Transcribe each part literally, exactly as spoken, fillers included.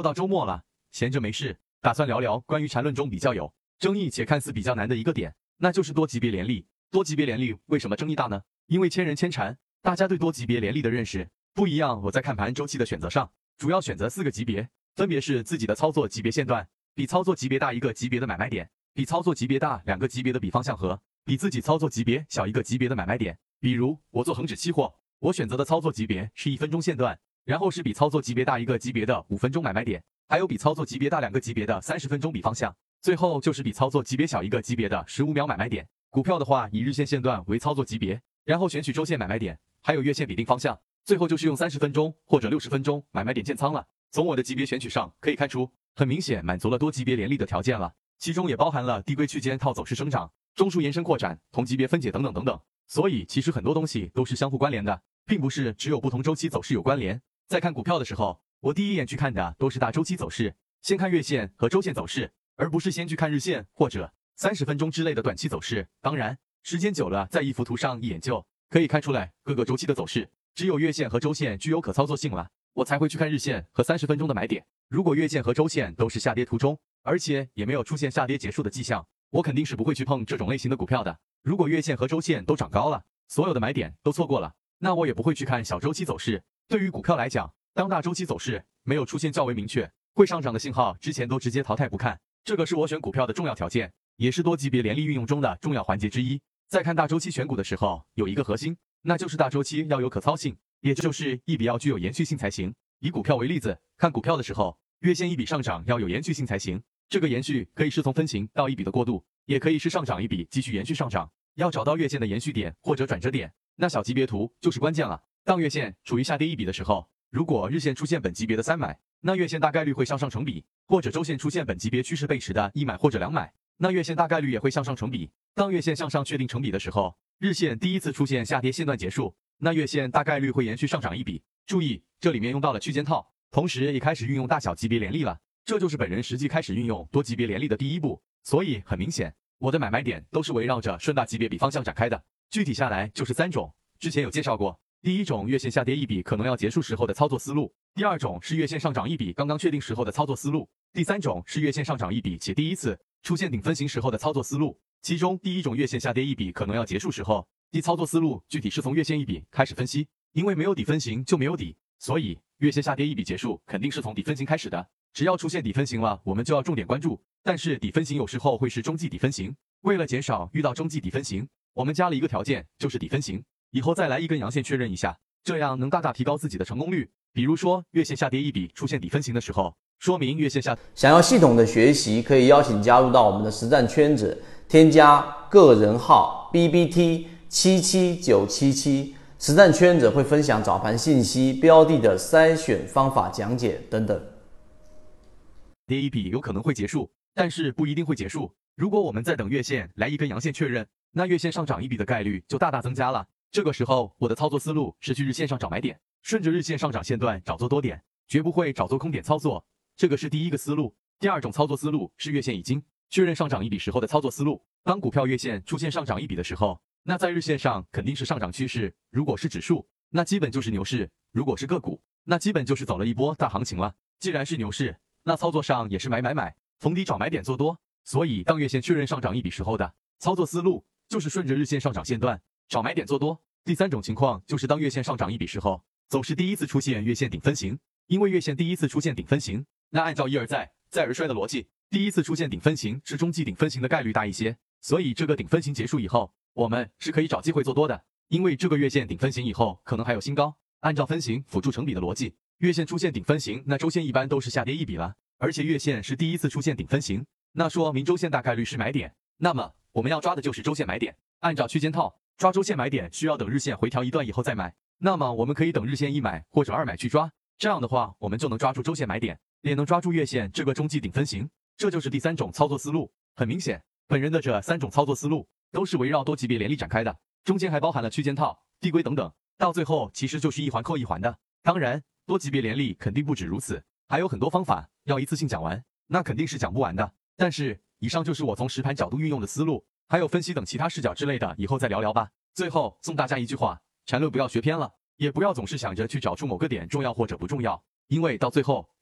到周末了，闲着没事，打算聊聊关于缠论中比较有争议且看似比较难的一个点，那就是多级别联立。多级别联立为什么争议大呢？因为千人千缠，大家对多级别联立的认识不一样。我在看盘周期的选择上，主要选择四个级别，分别是自己的操作级别线段、比操作级别大一个级别的买卖点、比操作级别大两个级别的比方向和比自己操作级别小一个级别的买卖点。比如我做恒指期货，我选择的操作级别是一分钟线段，然后是比操作级别大一个级别的五分钟买卖点，还有比操作级别大两个级别的三十分钟比方向，最后就是比操作级别小一个级别的十五秒买卖点。股票的话，以日线线段为操作级别，然后选取周线买卖点，还有月线比定方向，最后就是用三十分钟或者六十分钟买卖点建仓了。从我的级别选取上可以看出，很明显满足了多级别联立的条件了，其中也包含了递归区间套走势生长、中枢延伸扩展、同级别分解等等等等。所以其实很多东西都是相互关联的，并不是只有不同周期走势有关联。在看股票的时候，我第一眼去看的都是大周期走势，先看月线和周线走势，而不是先去看日线或者三十分钟之类的短期走势。当然，时间久了，在一幅图上一眼就可以看出来各个周期的走势。只有月线和周线具有可操作性了，我才会去看日线和三十分钟的买点。如果月线和周线都是下跌途中，而且也没有出现下跌结束的迹象，我肯定是不会去碰这种类型的股票的。如果月线和周线都涨高了，所有的买点都错过了，那我也不会去看小周期走势。对于股票来讲，当大周期走势没有出现较为明确会上涨的信号之前，都直接淘汰不看，这个是我选股票的重要条件，也是多级别联立运用中的重要环节之一。在看大周期选股的时候，有一个核心，那就是大周期要有可操性，也就是一笔要具有延续性才行。以股票为例子，看股票的时候，月线一笔上涨要有延续性才行。这个延续可以是从分型到一笔的过渡，也可以是上涨一笔继续延续上涨。要找到月线的延续点或者转折点，那小级别图就是关键了。当月线处于下跌一笔的时候，如果日线出现本级别的三买，那月线大概率会向上成比，或者周线出现本级别趋势背驰的一买或者两买，那月线大概率也会向上成比。当月线向上确定成比的时候，日线第一次出现下跌线段结束，那月线大概率会延续上涨一笔。注意，这里面用到了区间套，同时也开始运用大小级别联立了，这就是本人实际开始运用多级别联立的第一步。所以很明显，我的买卖点都是围绕着顺大级别比方向展开的。具体下来就是三种，之前有介绍过。第一种，月线下跌一笔可能要结束时候的操作思路；第二种是月线上涨一笔刚刚确定时候的操作思路；第三种是月线上涨一笔且第一次出现顶分型时候的操作思路。其中第一种月线下跌一笔可能要结束时候，第操作思路具体是从月线一笔开始分析，因为没有底分型就没有底，所以月线下跌一笔结束肯定是从底分型开始的。只要出现底分型了，我们就要重点关注。但是底分型有时候会是中继底分型，为了减少遇到中继底分型，我们加了一个条件，就是底分型以后再来一根阳线确认一下，这样能大大提高自己的成功率。比如说月线下跌一笔出现底分型的时候，说明月线下。 想要系统的学习，可以邀请加入到我们的实战圈子，添加个人号 B B T 七七九七七，实战圈子会分享早盘信息、标的的筛选方法讲解等等。 跌一笔有可能会结束，但是不一定会结束。如果我们再等月线来一根阳线确认，那月线上涨一笔的概率就大大增加了。这个时候我的操作思路是去日线上找买点，顺着日线上涨线段找做多点，绝不会找做空点操作，这个是第一个思路。第二种操作思路是月线已经确认上涨一笔时候的操作思路。当股票月线出现上涨一笔的时候，那在日线上肯定是上涨趋势，如果是指数，那基本就是牛市；如果是个股，那基本就是走了一波大行情了。既然是牛市，那操作上也是买买买，逢低找买点做多。所以当月线确认上涨一笔时候的操作思路就是顺着日线上涨线段找买点做多。第三种情况就是当月线上涨一笔时候，走势第一次出现月线顶分型。因为月线第一次出现顶分型，那按照一而再再而衰的逻辑，第一次出现顶分型是中继顶分型的概率大一些，所以这个顶分型结束以后，我们是可以找机会做多的。因为这个月线顶分型以后可能还有新高，按照分型辅助成比的逻辑，月线出现顶分型，那周线一般都是下跌一笔了，而且月线是第一次出现顶分型，那说明周线大概率是买点，那么我们要抓的就是周线买点。按照区间套抓周线买点需要等日线回调一段以后再买，那么我们可以等日线一买或者二买去抓，这样的话我们就能抓住周线买点，也能抓住月线这个中继顶分型，这就是第三种操作思路。很明显，本人的这三种操作思路都是围绕多级别联立展开的，中间还包含了区间套、递归等等，到最后其实就是一环扣一环的。当然，多级别联立肯定不止如此，还有很多方法，要一次性讲完，那肯定是讲不完的。但是以上就是我从实盘角度运用的思路，还有分析等其他视角之类的，以后再聊聊吧。最后送大家一句话，缠论不要学偏了，也不要总是想着去找出某个点重要或者不重要，因为到最后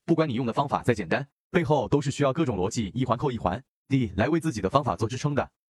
不管你用的方法再简单，背后都是需要各种逻辑一环扣一环地来为自己的方法做支撑的。